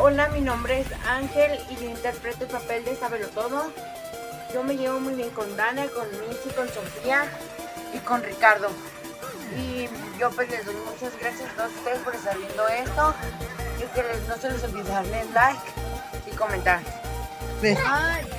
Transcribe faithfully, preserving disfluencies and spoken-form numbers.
Hola, mi nombre es Ángel y yo interpreto el papel de Sábelo Todo. Yo me llevo muy bien con Dana, con Missy, con Sofía y con Ricardo. Y yo pues les doy muchas gracias a todos ustedes por estar viendo esto. Y que les- no se les olvide darle like y comentar. Ve. Ay.